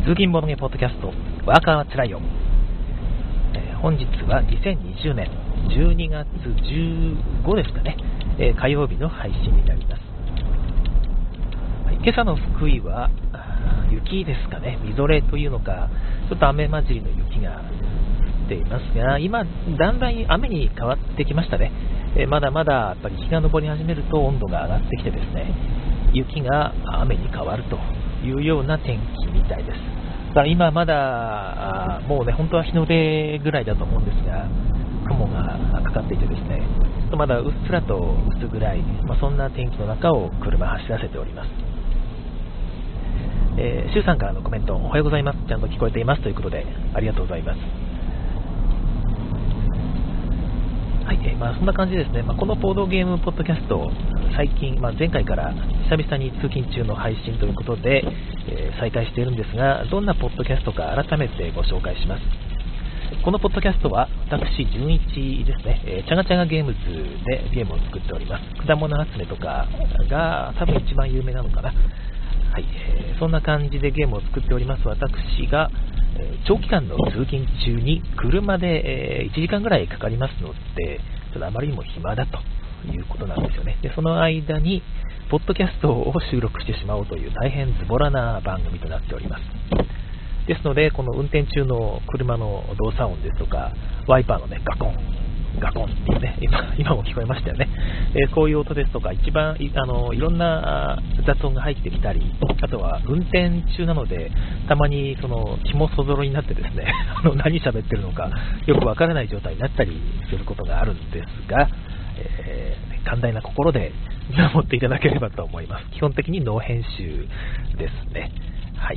通勤ボードゲームポッドキャストワーカーはつらいよ。本日は2020年12月15ですかね、火曜日の配信になります。今朝の福井は雪ですかね、みぞれというのか、ちょっと雨混じりの雪が降っていますが、今だんだん雨に変わってきましたね。まだまだやっぱり日が昇り始めると温度が上がってきてですね、雪が雨に変わるというような天気みたいです。だから今まだもうね、本当は日の出ぐらいだと思うんですが、雲がかかっていてですね、まだうっすらと薄暗い、そんな天気の中を車走らせております。シュウさんからのコメント、おはようございます、ちゃんと聞こえていますということでありがとうございます。はい、そんな感じですね。このボードゲームポッドキャスト、最近、前回から久々に通勤中の配信ということで、再開しているんですが、どんなポッドキャストか改めてご紹介します。このポッドキャストは私、純一ですね、チャガチャガゲームズでゲームを作っております。果物集めとかが多分一番有名なのかな。はい、そんな感じでゲームを作っております私が、長期間の通勤中に車で、1時間ぐらいかかりますので、ちょっとあまりにも暇だということなんですよね。でその間にポッドキャストを収録してしまおうという大変ズボラな番組となっております。ですので、この運転中の車の動作音ですとか、ワイパーのね、ガコンガコンっていうね、今も聞こえましたよね。こういう音ですとか、一番いろんな雑音が入ってきたり、あとは運転中なので、たまにその気もそぞろになってですね、何喋ってるのかよくわからない状態になったりすることがあるんですが、寛大な心で見守っていただければと思います。基本的にノー編集ですね。はい。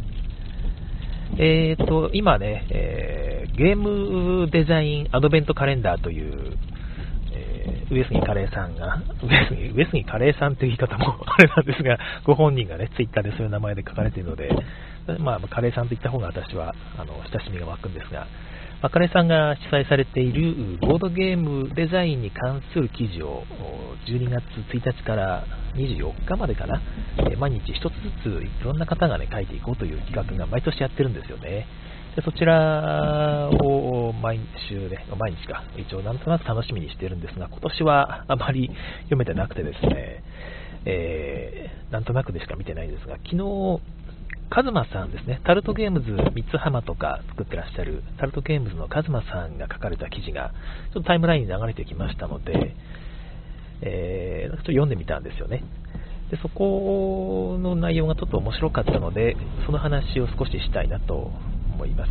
今ね、ゲームデザインアドベントカレンダーという、上杉カレーさんが上杉カレーさんという言い方もあれなんですが、ご本人がねツイッターでそういう名前で書かれているので、カレーさんと言った方が私は親しみが湧くんですが、カレーさんが主催されているボードゲームデザインに関する記事を12月1日から24日までかな、毎日一つずついろんな方がね書いていこうという企画が毎年やってるんですよね。でそちらを毎日か一応なんとなく楽しみにしてるんですが、今年はあまり読めてなくてですね、なんとなくでしか見てないんですが、昨日カズマさんですね、タルトゲームズ三つ浜とか作ってらっしゃるタルトゲームズのカズマさんが書かれた記事がちょっとタイムラインに流れてきましたので、ちょっと読んでみたんですよね。でそこの内容がちょっと面白かったので、その話を少ししたいなと思います。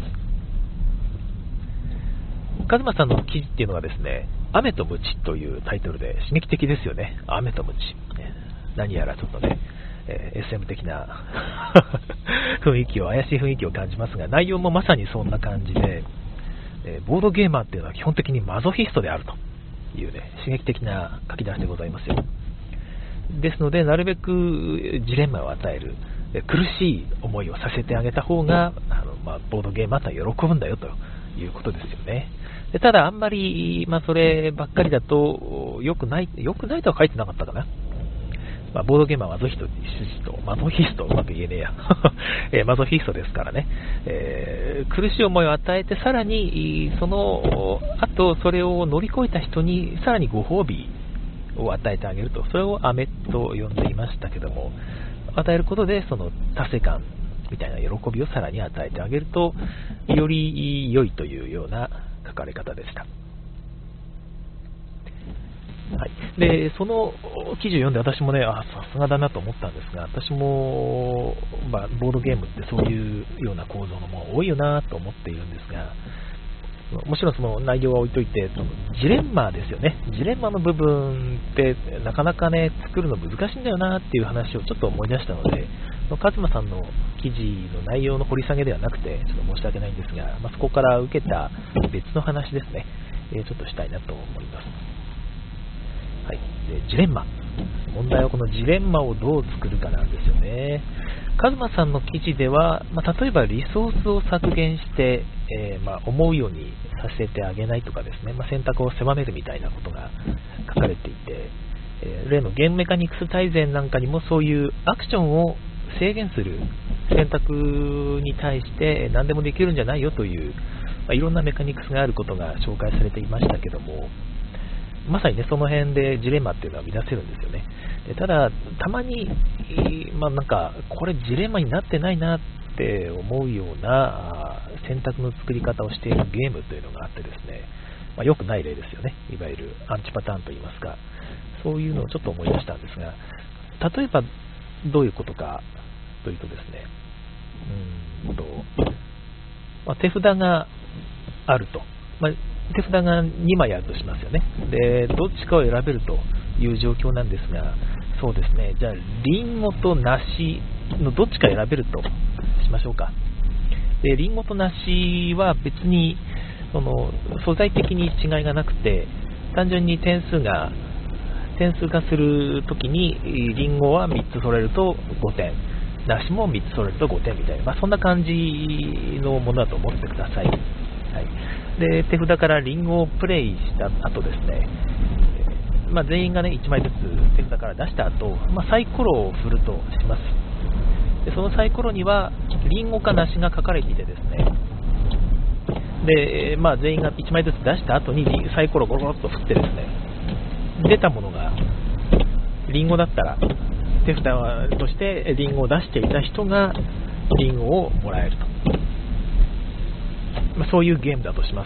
カズマさんの記事っていうのがですね、雨とムチというタイトルで刺激的ですよね。雨とムチ、何やらちょっとねSM 的な怪しい雰囲気を感じますが、内容もまさにそんな感じで、ボードゲーマーっていうのは基本的にマゾヒストであるというね、刺激的な書き出しでございますよ。ですので、なるべくジレンマを与える、苦しい思いをさせてあげた方がボードゲーマーとは喜ぶんだよということですよね。でただあんまり、そればっかりだと良くないとは書いてなかったかな。ボードゲーマーはマゾヒストうまく言えねえやマゾヒストですからね、苦しい思いを与えて、さらにその後それを乗り越えた人にさらにご褒美を与えてあげると、それをアメと呼んでいましたけども、与えることでその達成感みたいな喜びをさらに与えてあげるとより良いというような書かれ方でした。はい、でその記事を読んで私もね、さすがだなと思ったんですが、私も、ボードゲームってそういうような構造のもの多いよなと思っているんですが、もちろんその内容は置いといて、そのジレンマですよね。ジレンマの部分ってなかなかね作るの難しいんだよなっていう話をちょっと思い出したので、カズマさんの記事の内容の掘り下げではなくてちょっと申し訳ないんですが、そこから受けた別の話ですね、ちょっとしたいなと思います。はい、でジレンマ、問題はこのジレンマをどう作るかなんですよね。カズマさんの記事では、例えばリソースを削減して、思うようにさせてあげないとかですね、選択を狭めるみたいなことが書かれていて、例のゲームメカニクス大全なんかにもそういうアクションを制限する選択に対して何でもできるんじゃないよという、いろんなメカニクスがあることが紹介されていましたけども、まさにね、その辺でジレンマっていうのは見出せるんですよね。でただ、たまに、なんか、これジレンマになってないなって思うような選択の作り方をしているゲームというのがあってですね、良くない例ですよね。いわゆるアンチパターンといいますか、そういうのをちょっと思い出したんですが、例えばどういうことかというとですね、手札があると。手札が2枚あるとしますよね。で、どっちかを選べるという状況なんですが、そうですね、じゃあ、リンゴと梨のどっちか選べるとしましょうか。で、リンゴと梨は別に素材的に違いがなくて、単純に点数化するときに、リンゴは3つ揃えると5点、梨も3つ揃えると5点みたいな、そんな感じのものだと思ってください。はい、で、手札からリンゴをプレイした後ですね、全員がね、1枚ずつ手札から出した後、サイコロを振るとします。で、そのサイコロにはリンゴか梨が書かれていてですね、で、全員が1枚ずつ出した後にサイコロをゴロゴロっと振ってですね、出たものがリンゴだったら、手札としてリンゴを出していた人がリンゴをもらえると、そういうゲームだとします。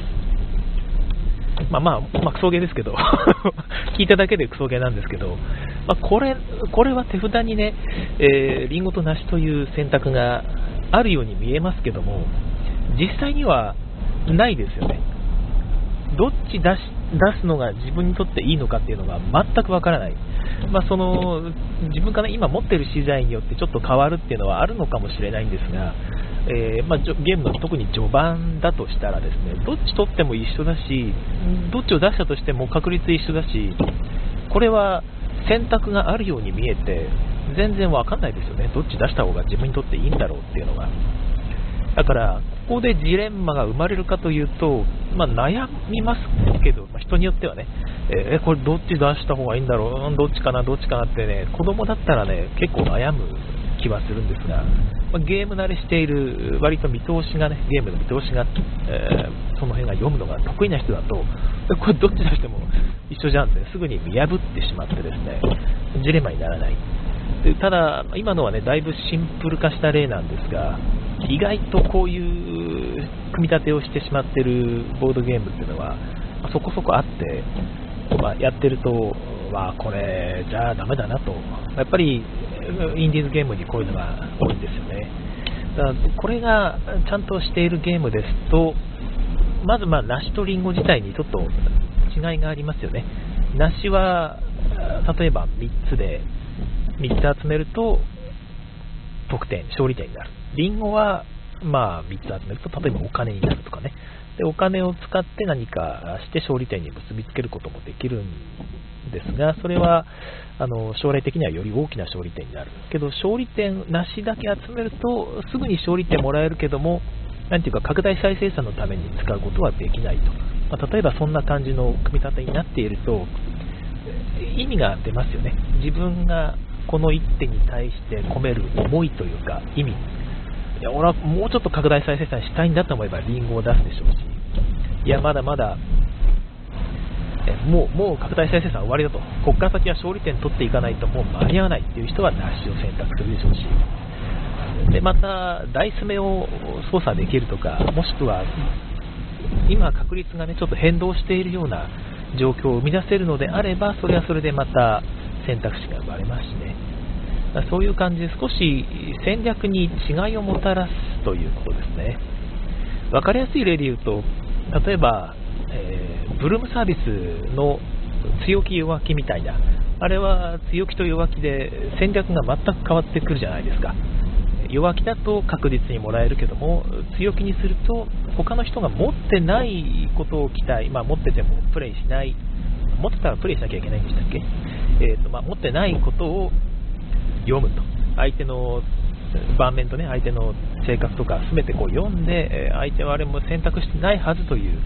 クソゲーですけど聞いただけでクソゲーなんですけど、これは手札にね、リンゴと梨という選択があるように見えますけども、実際にはないですよね。どっち出すのが自分にとっていいのかっていうのが全くわからない。自分が、ね、今持っている資材によってちょっと変わるっていうのはあるのかもしれないんですが、ゲームの特に序盤だとしたらですね、どっち取っても一緒だし、どっちを出したとしても確率一緒だし、これは選択があるように見えて全然わかんないですよね。どっち出した方が自分にとっていいんだろうっていうのが。だからここでジレンマが生まれるかというと、悩みますけど、人によってはね、これどっち出した方がいいんだろう、どっちかなってね、子供だったらね、結構悩む気はするんですが、ゲーム慣れしている、割とゲームの見通しが、その辺が読むのが得意な人だと、これどっち出しても一緒じゃんって、すぐに見破ってしまってですね、ジレンマにならない。でただ、今のはね、だいぶシンプル化した例なんですが、意外とこういう組み立てをしてしまっているボードゲームっていうのは、そこそこあって、やってると、これじゃあダメだなと、やっぱりインディーズゲームにこういうのが多いんですよね。だからこれがちゃんとしているゲームですと、まず梨とリンゴ自体にちょっと違いがありますよね。梨は例えば3つ集めると得点、勝利点になる。リンゴは3つ集めると例えばお金になるとかね。で、お金を使って何かして勝利点に結びつけることもできるんですが、それは将来的にはより大きな勝利点になるけど、勝利点梨だけ集めるとすぐに勝利点もらえるけども、拡大再生産のために使うことはできないと、例えばそんな感じの組み立てになっていると意味が出ますよね。自分がこの一手に対して込める思いというか意味、俺はもうちょっと拡大再生産したいんだと思えばリンゴを出すでしょうし、いやまだまだもう拡大再生産終わりだと、ここから先は勝利点取っていかないともう間に合わないっていう人は梨を選択するでしょうし、でまたダイス目を操作できるとか、もしくは今確率がねちょっと変動しているような状況を生み出せるのであれば、それはそれでまた選択肢が生まれますしね。そういう感じで少し戦略に違いをもたらすということですね。分かりやすい例で言うと、例えば、ブルームサービスの強気弱気みたいな、あれは強気と弱気で戦略が全く変わってくるじゃないですか。弱気だと確実にもらえるけども、強気にすると他の人が持ってないことを期待、持っててもプレイしない、持ってたらプレイしなきゃいけないんでしたっけ、持ってないことを読むと、相手の盤面と相手の性格とか全て読んで、相手はあれも選択してないはずという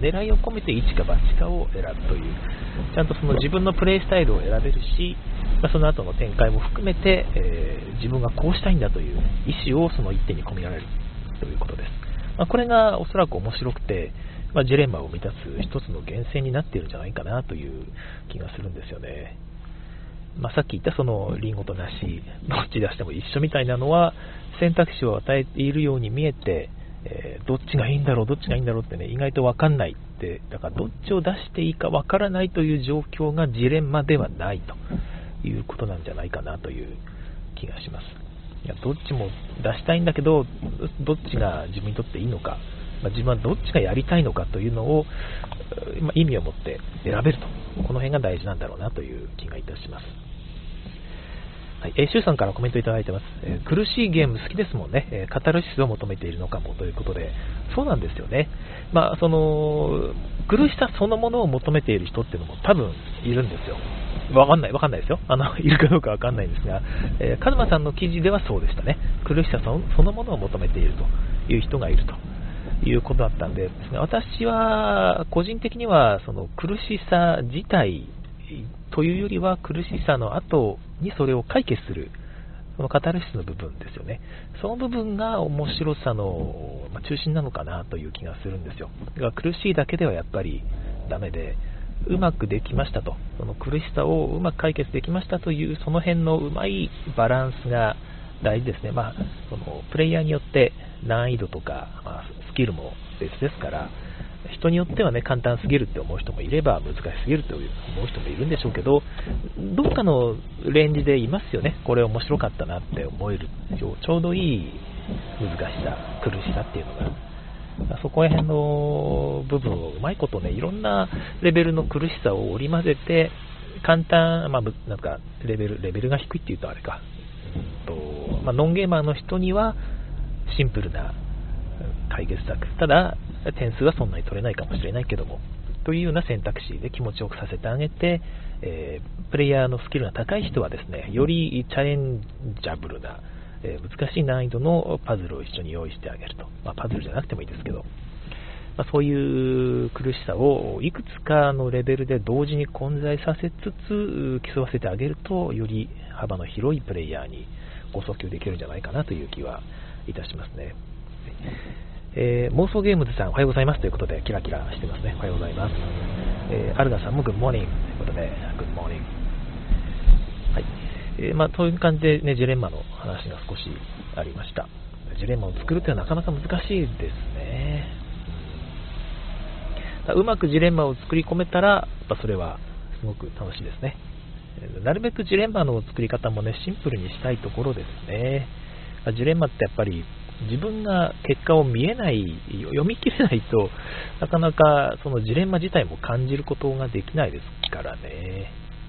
狙いを込めて一か八かを選ぶという、ちゃんとその自分のプレイスタイルを選べるし、その後の展開も含めて、自分がこうしたいんだという意思をその一手に込められるということです。これがおそらく面白くて、ジレンマを満たす一つの源泉になっているんじゃないかなという気がするんですよね。さっき言ったそのリンゴとナシ、どっち出しても一緒みたいなのは選択肢を与えているように見えて、どっちがいいんだろうってね、意外と分かんないって、だからどっちを出していいか分からないという状況がジレンマではないということなんじゃないかなという気がします。いや、どっちも出したいんだけど、どっちが自分にとっていいのか、自分はどっちがやりたいのかというのを、意味を持って選べると、この辺が大事なんだろうなという気がいたします。はい、シュウさんからコメントいただいてます。苦しいゲーム好きですもんね。カタルシスを求めているのかもということで、そうなんですよね。その苦しさそのものを求めている人っていうのも多分いるんですよ。わかんないですよ。いるかどうかわかんないんですが、カズマさんの記事ではそうでしたね。苦しさそのものを求めているという人がいるということだったんでですね、私は個人的にはその苦しさ自体というよりは苦しさの後にそれを解決するそのカタルシスの部分ですよね。その部分が面白さの中心なのかなという気がするんですよ。だから苦しいだけではやっぱりダメで、うまくできましたと、その苦しさをうまく解決できましたというその辺のうまいバランスが大事ですね。そのプレイヤーによって難易度とか、スキルも別ですから、人によってはね、簡単すぎるって思う人もいれば難しすぎると思う人もいるんでしょうけど、どっかのレンジでいますよね。これ面白かったなって思えるちょうどいい難しさ、苦しさっていうのが、そこら辺の部分をうまいことね、いろんなレベルの苦しさを織り交ぜて、簡単、なんかレベルが低いっていうとあれか、ノンゲーマーの人にはシンプルな解決策、ただ点数はそんなに取れないかもしれないけどもというような選択肢で気持ちよくさせてあげて、プレイヤーのスキルが高い人はですね、よりチャレンジャブルな、難しい難易度のパズルを一緒に用意してあげると、パズルじゃなくてもいいですけど、そういう苦しさをいくつかのレベルで同時に混在させつつ競わせてあげると、より幅の広いプレイヤーにご訴求できるんじゃないかなという気はいたしますね。妄想ゲームズさんおはようございますということでキラキラしてますね。おはようございます。アルガさんもグッモーニングということでグッモーニング。はい。そういう感じでね、ジレンマの話が少しありました。ジレンマを作るというのはなかなか難しいですね。うまくジレンマを作り込めたら、それはすごく楽しいですね。なるべくジレンマの作り方もね、シンプルにしたいところですね。ジレンマってやっぱり自分が結果を見えない、読み切れないとなかなかそのジレンマ自体も感じることができないですからね。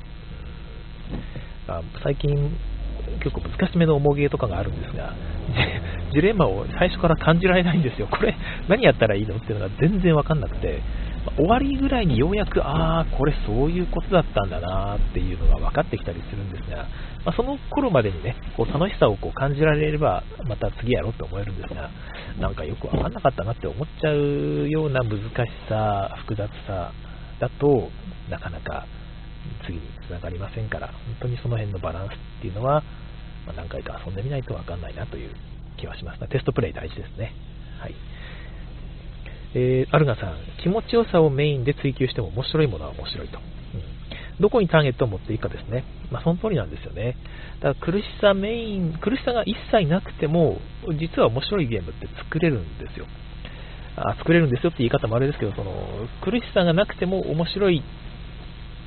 最近結構難しめの重ゲーとかがあるんですが、ジレンマを最初から感じられないんですよ。これ何やったらいいのっていうのが全然わかんなくて、終わりぐらいにようやくこれそういうことだったんだなっていうのが分かってきたりするんですが、その頃までにね、楽しさを感じられればまた次やろうと思えるんですが、なんかよく分かんなかったなって思っちゃうような難しさ、複雑さだとなかなか次につながりませんから、本当にその辺のバランスっていうのは、何回か遊んでみないと分かんないなという気はします。テストプレイ大事ですね。はい。アルガさん、気持ちよさをメインで追求しても面白いものは面白いと。どこにターゲットを持っていくかですね。その通りなんですよね。だから苦しさが一切なくても、実は面白いゲームって作れるんですよ。作れるんですよって言い方もあれですけど、その苦しさがなくても面白いって、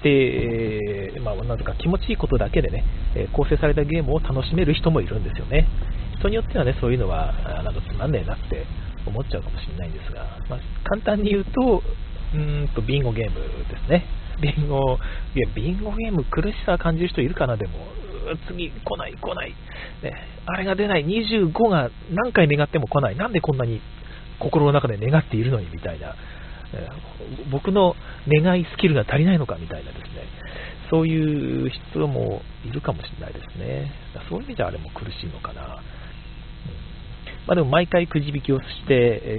なんとか気持ちいいことだけでね、構成されたゲームを楽しめる人もいるんですよね。人によってはね、そういうのはなんかつまんねえなって思っちゃうかもしれないんですが、簡単に言うと、ビンゴゲームですね。ビンゴゲーム苦しさを感じる人いるかな。でも次来ない、ね、あれが出ない、25が何回願っても来ない、なんでこんなに心の中で願っているのにみたいな、僕の願いスキルが足りないのかみたいなですね、そういう人もいるかもしれないですね。そういう意味ではあれも苦しいのかな。 でも毎回くじ引きをして、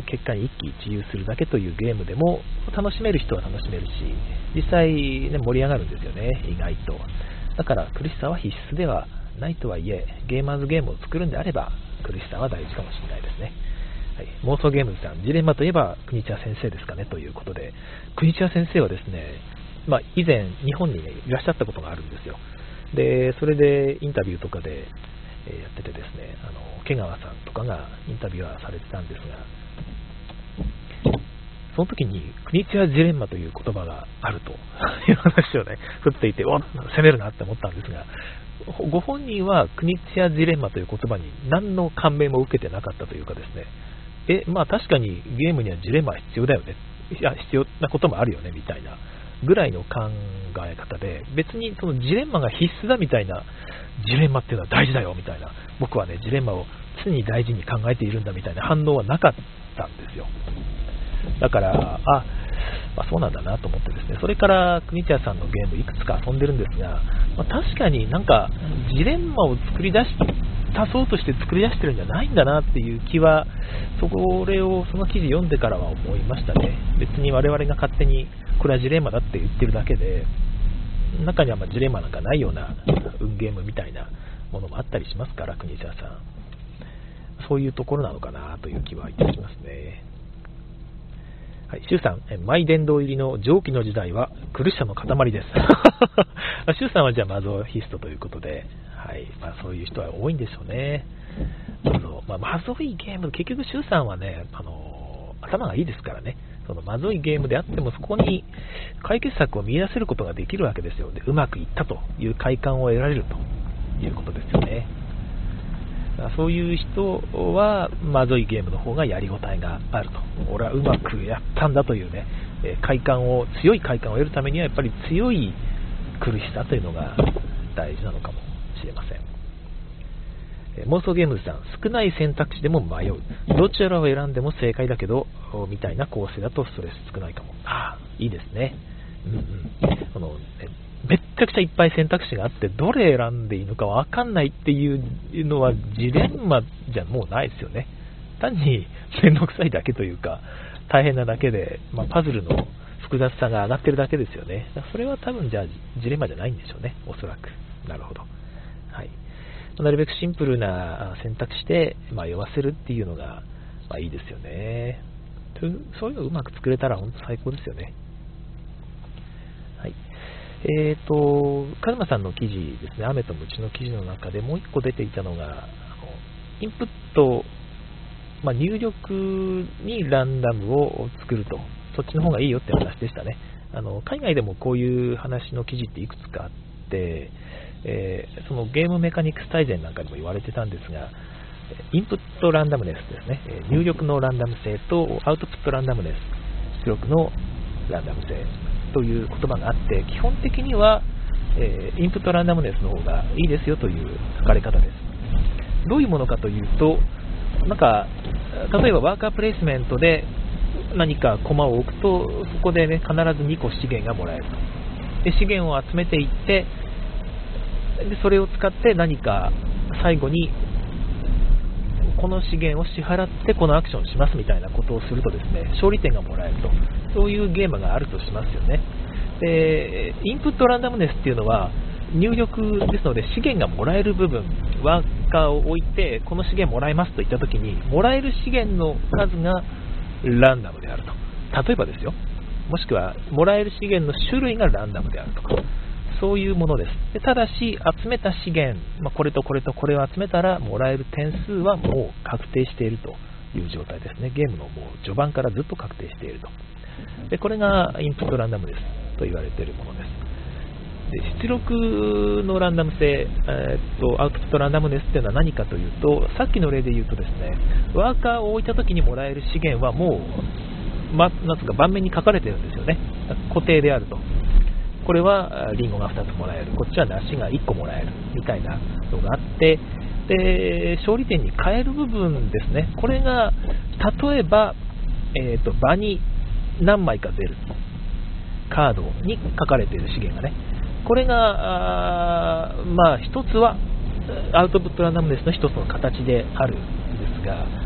結果に一喜一憂するだけというゲームでも楽しめる人は楽しめるし、実際、ね、盛り上がるんですよね、意外と。だから苦しさは必須ではないとはいえ、ゲーマーズゲームを作るんであれば苦しさは大事かもしれないですね。はい、妄想ゲームズさん、ジレンマといえば国千谷先生ですかねということで、国千谷先生はですね、以前日本に、ね、いらっしゃったことがあるんですよ。でそれでインタビューとかで、やっててですね、毛川さんとかがインタビュアーされてたんですが、その時に国千谷ジレンマという言葉があるという話をね振っていて、攻めるなって思ったんですが、ご本人は国千谷ジレンマという言葉に何の感銘も受けてなかったというかですね、確かにゲームにはジレンマは必要だよね、いや必要なこともあるよねみたいなぐらいの考え方で、別にそのジレンマが必須だみたいな、ジレンマっていうのは大事だよみたいな、僕はねジレンマを常に大事に考えているんだみたいな反応はなかったんですよ。だからそうなんだなと思ってですね、それから国千谷さんのゲームいくつか遊んでるんですが、確かになんかジレンマを作り出そうとして作り出してるんじゃないんだなっていう気は、その記事読んでからは思いましたね。別に我々が勝手にこれはジレンマだって言ってるだけで、中にはジレンマなんかないような運ゲームみたいなものもあったりしますから、国千谷さん、そういうところなのかなという気はいたしますね。はい、シュウさん、マイ殿堂入りの蒸気の時代は苦しさの塊です。シュウさんはじゃあマゾヒストということで、はい、そういう人は多いんでしょうね。マゾいゲーム、結局シュウさんはね、頭がいいですからね、そのマゾいゲームであってもそこに解決策を見出せることができるわけですよ。で、うまくいったという快感を得られるということですよね。そういう人はまずいゲームの方がやりごたえがあると、俺はうまくやったんだというね、強い快感を得るためにはやっぱり強い苦しさというのが大事なのかもしれません。妄想ゲームズさん、少ない選択肢でも迷う、どちらを選んでも正解だけどみたいな構成だとストレス少ないかも。いいですね。めっちゃくちゃいっぱい選択肢があってどれ選んでいいのか分かんないっていうのはジレンマじゃもうないですよね。単に面倒くさいだけというか大変なだけで、パズルの複雑さが上がってるだけですよね。それは多分じゃあジレンマじゃないんでしょうね、おそらく。なるほど。はい、なるべくシンプルな選択肢で迷わせるっていうのが、いいですよね。そういうのをうまく作れたら本当最高ですよね。はい。カズマさんの記事ですね、雨と鞭の記事の中でもう一個出ていたのが、インプット、入力にランダムを作ると、そっちの方がいいよって話でしたね。海外でもこういう話の記事っていくつかあって、そのゲームメカニクス大全なんかにも言われてたんですが、インプットランダムネスですね、入力のランダム性とアウトプットランダムネス、出力のランダム性という言葉があって、基本的には、インプットランダムネスの方がいいですよという書かれ方です。どういうものかというと、例えばワーカープレイスメントで何かコマを置くと、そこでね、必ず2個資源がもらえると。で、資源を集めていって、でそれを使って何か最後にこの資源を支払ってこのアクションをしますみたいなことをするとですね、勝利点がもらえると、そういうゲームがあるとしますよね。で、インプットランダムネスっていうのは入力ですので、資源がもらえる部分、ワーカーを置いてこの資源もらえますと言ったときに、もらえる資源の数がランダムであると。例えばですよ、もしくはもらえる資源の種類がランダムであるとか、そういうものです。でただし、集めた資源、これとこれとこれを集めたらもらえる点数はもう確定しているという状態ですね。ゲームのもう序盤からずっと確定していると。でこれがインプットランダムですと言われているものです。で出力のランダム性、アウトプットランダムネスというのは何かというと、さっきの例で言うとですね、ワーカーを置いたときにもらえる資源はもう、なんつうか盤面に書かれているんですよね。固定であると。これはリンゴが2つもらえる、こっちは梨が1個もらえるみたいなのがあって、で勝利点に変える部分ですね、これが例えば、場に何枚か出るカードに書かれている資源がね、これが一つはアウトプットランダムネスの一つの形であるんですが、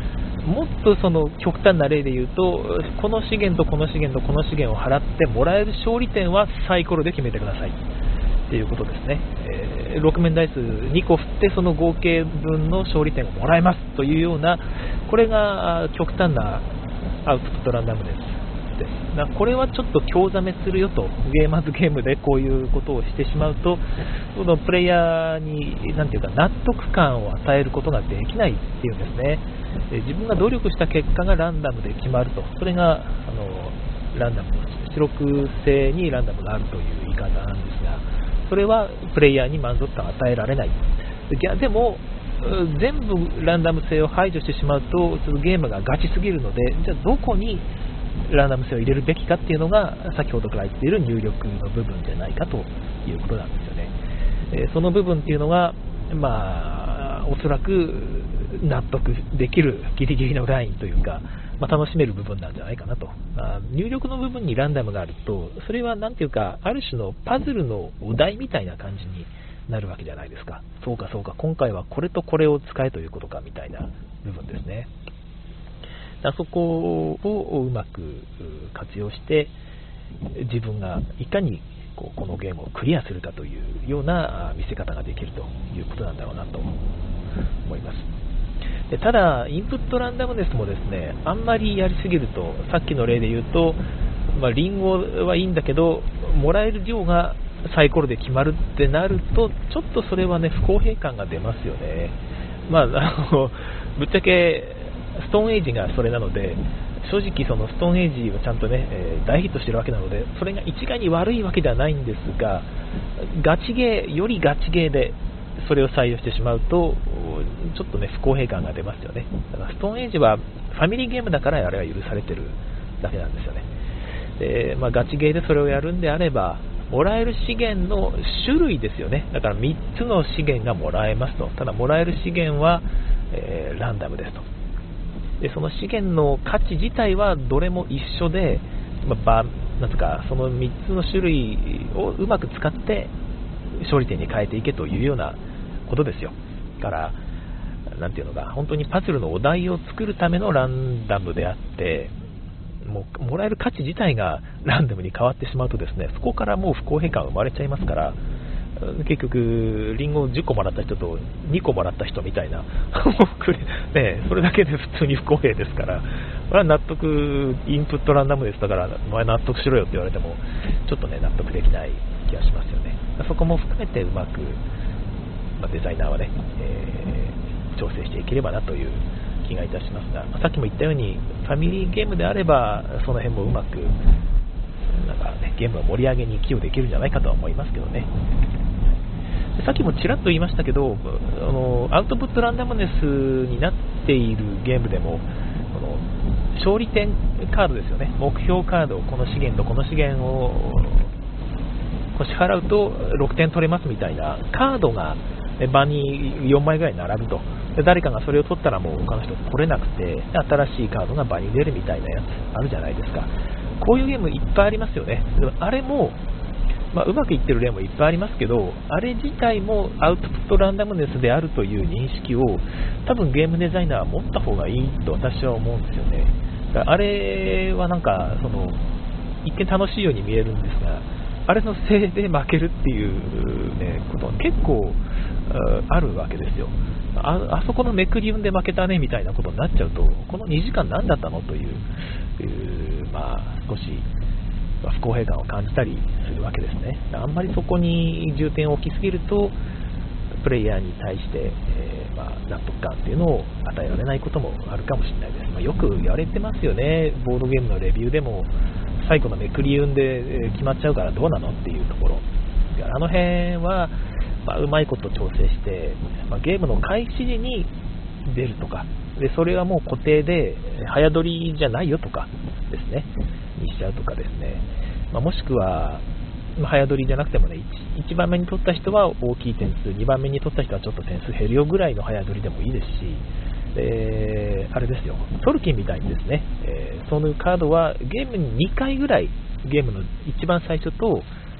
もっとその極端な例で言うと、この資源とこの資源とこの資源を払ってもらえる勝利点はサイコロで決めてくださいっていうことですね。6面ダイス2個振ってその合計分の勝利点をもらえますというような、これが極端なアウトプットランダムです。これはちょっと興ざめするよと、ゲーマーズゲームでこういうことをしてしまうと、そのプレイヤーになんていうか納得感を与えることができないっていうんですね。自分が努力した結果がランダムで決まると、それがランダム、出力性にランダムがあるという言い方なんですが、それはプレイヤーに満足感を与えられない。でも全部ランダム性を排除してしまうとゲームがガチすぎるので、じゃあどこにランダム性を入れるべきかっていうのが先ほどから言っている入力の部分じゃないかということなんですよね。その部分っていうのが、おそらく納得できるギリギリのラインというか、楽しめる部分なんじゃないかなと。入力の部分にランダムがあると、それはなんていうか、ある種のパズルのお題みたいな感じになるわけじゃないですか。そうかそうか、今回はこれとこれを使えということかみたいな部分ですね。そこをうまく活用して自分がいかにこのゲームをクリアするかというような見せ方ができるということなんだろうなと思います。でただインプットランダムネスもですね、あんまりやりすぎると、さっきの例で言うと、リンゴはいいんだけどもらえる量がサイコロで決まるってなると、ちょっとそれはね不公平感が出ますよね。ぶっちゃけストーンエイジがそれなので、正直そのストーンエイジはちゃんとね、大ヒットしてるわけなので、それが一概に悪いわけではないんですが、よりガチゲーでそれを採用してしまうと、ちょっとね不公平感が出ますよね。だからストーンエイジはファミリーゲームだからあれは許されてるだけなんですよね。で、ガチゲーでそれをやるんであれば、もらえる資源の種類ですよね。だから3つの資源がもらえますと。ただもらえる資源は、ランダムですと。でその資源の価値自体はどれも一緒で、なんとかその3つの種類をうまく使って勝利点に変えていけというようなことですよ。だからなんていうのか、本当にパズルのお題を作るためのランダムであって、もらえる価値自体がランダムに変わってしまうとですね、そこからもう不公平感が生まれちゃいますから、結局リンゴを10個もらった人と2個もらった人みたいなそれだけで普通に不公平ですから、これは納得、インプットランダムですだからお前納得しろよって言われてもちょっとね納得できない気がしますよね。そこも含めてうまく、デザイナーはね、調整していければなという気がいたしますが、さっきも言ったようにファミリーゲームであればその辺もうまくゲームの盛り上げに寄与できるんじゃないかとは思いますけどね。さっきもちらっと言いましたけど、アウトプットランダムネスになっているゲームでも勝利点カードですよね、目標カード、この資源とこの資源を支払うと6点取れますみたいなカードが場に4枚ぐらい並ぶと。で誰かがそれを取ったらもう他の人取れなくて、新しいカードが場に出るみたいなやつあるじゃないですか。こういうゲームいっぱいありますよね。でもあれも、うまくいってる例もいっぱいありますけど、あれ自体もアウトプットランダムネスであるという認識を多分ゲームデザイナーは持った方がいいと私は思うんですよね。だからあれは一見楽しいように見えるんですが、あれのせいで負けるっていう、ことは結構あるわけですよ。あそこのめくり運で負けたねみたいなことになっちゃうと、この2時間何だったのという、少し不公平感を感じたりするわけですね。あんまりそこに重点を置きすぎるとプレイヤーに対して、納得感っていうのを与えられないこともあるかもしれないです。よく言われてますよね。ボードゲームのレビューでも最後のめくり運で決まっちゃうからどうなのっていうところ、あの辺はうまいこと調整して、ゲームの開始時に出るとかで、それはもう固定で早取りじゃないよとかですねにしちゃうとかですね、もしくは早取りじゃなくてもね、1番目に取った人は大きい点数、2番目に取った人はちょっと点数減るよぐらいの早取りでもいいですし、あれですよ、トルキンみたいにですね、そのカードはゲームに2回ぐらい、ゲームの一番最初と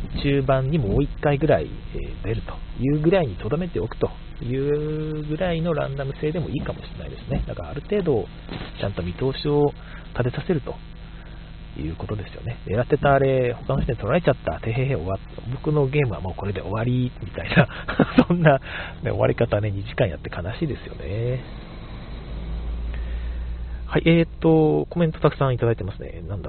中盤にもう1回ぐらい出るというぐらいに留めておくというぐらいのランダム性でもいいかもしれないですね。だからある程度ちゃんと見通しを立てさせるということですよね。狙ってたあれ他の人に取られちゃった、てへへ終わった、僕のゲームはもうこれで終わりみたいなそんな、ね、終わり方ね、2時間やって悲しいですよね。はい、コメントたくさんいただいてますね。なんだ、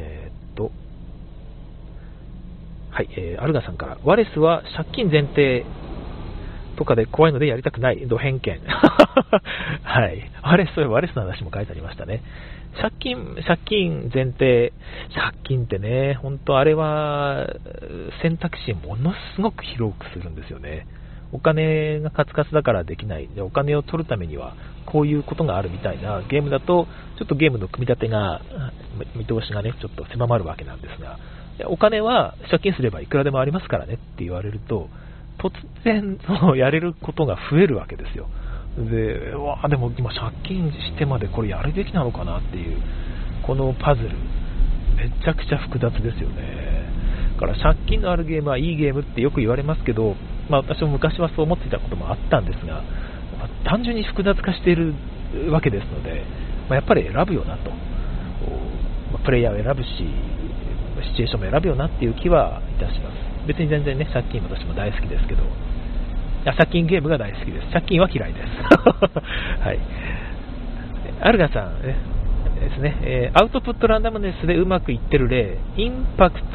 はい、アルガさんから、ワレスは借金前提とかで怖いのでやりたくない、ド偏見。はい、ワレスの話も書いてありましたね。借金前提、借金ってね、本当あれは選択肢をものすごく広くするんですよね。お金がカツカツだからできない。で、お金を取るためにはこういうことがあるみたいなゲームだと、ちょっとゲームの組み立てが、見通しがね、ちょっと狭まるわけなんですが、お金は借金すればいくらでもありますからねって言われると、突然やれることが増えるわけですよ。でも今借金してまでこれやるべきなのかなっていうこのパズルめちゃくちゃ複雑ですよね。だから借金のあるゲームはいいゲームってよく言われますけど、私も昔はそう思っていたこともあったんですが、単純に複雑化しているわけですので、やっぱり選ぶよなと、プレイヤーを選ぶしシチュエーションも選ぶよなっていう気はいたします。別に全然ね、借金私も大好きですけど、借金ゲームが大好きです。借金は嫌いです。はい。アルガさんですね、アウトプットランダムネスでうまくいってる例、インプッ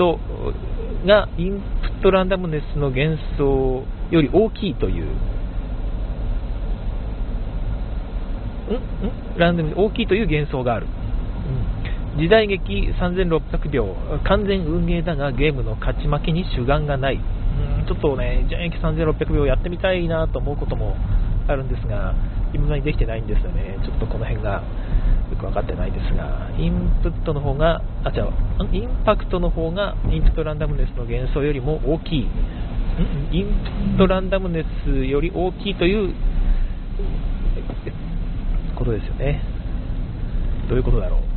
トランダムネスの幻想より大きいという、ランダム大きいという幻想がある。時代劇3600秒、完全運営だがゲームの勝ち負けに主眼がない。ちょっとね、時代劇3600秒やってみたいなと思うこともあるんですが、今にできてないんですよね。ちょっとこの辺がよく分かってないですが、インプットの方が、インパクトの方がインプットランダムネスの幻想よりも大きい。インプットランダムネスより大きいということですよね。どういうことだろう。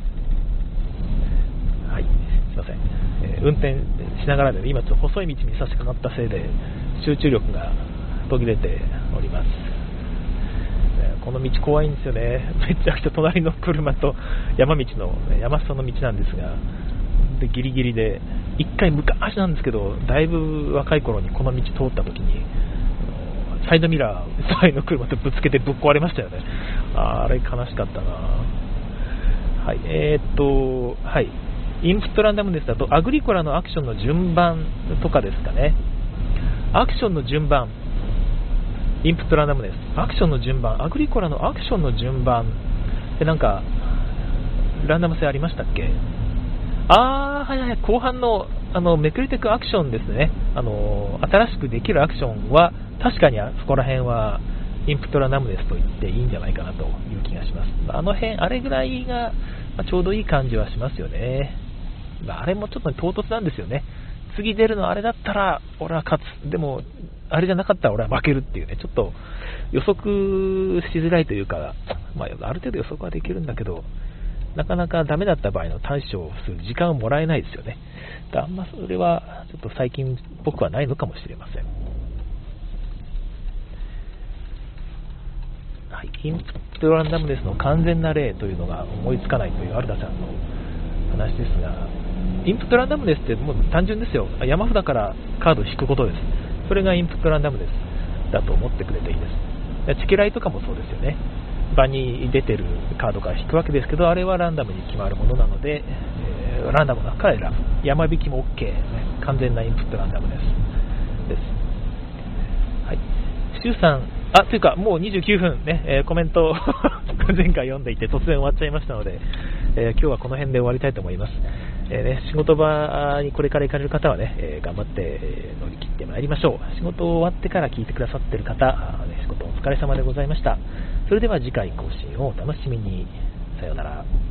はい、すいません。運転しながらで、今ちょっと細い道に差し掛かったせいで集中力が途切れております。この道怖いんですよね。めちゃくちゃ隣の車と山裾の道なんですが、でギリギリで1回昔なんですけど、だいぶ若い頃にこの道通った時にサイドミラー前の車とぶつけてぶっ壊れましたよね。あれ悲しかったな。はい、はい、インプットランダムネスだとアグリコラのアクションの順番とかですかね。アクションの順番、インプットランダムネス、アクションの順番、アグリコラのアクションの順番でなんかランダム性ありましたっけ？はいはい、後半のめくれていくアクションですね。新しくできるアクションは確かにそこら辺はインプットランダムネスと言っていいんじゃないかなという気がします。あれぐらいがちょうどいい感じはしますよね。あれもちょっと唐突なんですよね。次出るのあれだったら俺は勝つ、でもあれじゃなかったら俺は負けるっていうね、ちょっと予測しづらいというか、ある程度予測はできるんだけど、なかなかダメだった場合の対処をする時間をもらえないですよね。あんまそれはちょっと最近僕はないのかもしれません。はい、インプットランダムネスの完全な例というのが思いつかないというアルダさんの話ですが、インプットランダムネスってもう単純ですよ。山札からカードを引くことです。それがインプットランダムネスだと思ってくれていいです。チケライとかもそうですよね。場に出てるカードから引くわけですけど、あれはランダムに決まるものなので、ランダムの中から選ぶ。山引きも OK、完全なインプットランダムネスです。はい、シュウさん、というかもう29分ね、コメント前回読んでいて突然終わっちゃいましたので、今日はこの辺で終わりたいと思います。仕事場にこれから行かれる方はね、頑張って乗り切ってまいりましょう。仕事終わってから聞いてくださっている方、仕事お疲れ様でございました。それでは次回更新をお楽しみに。さようなら。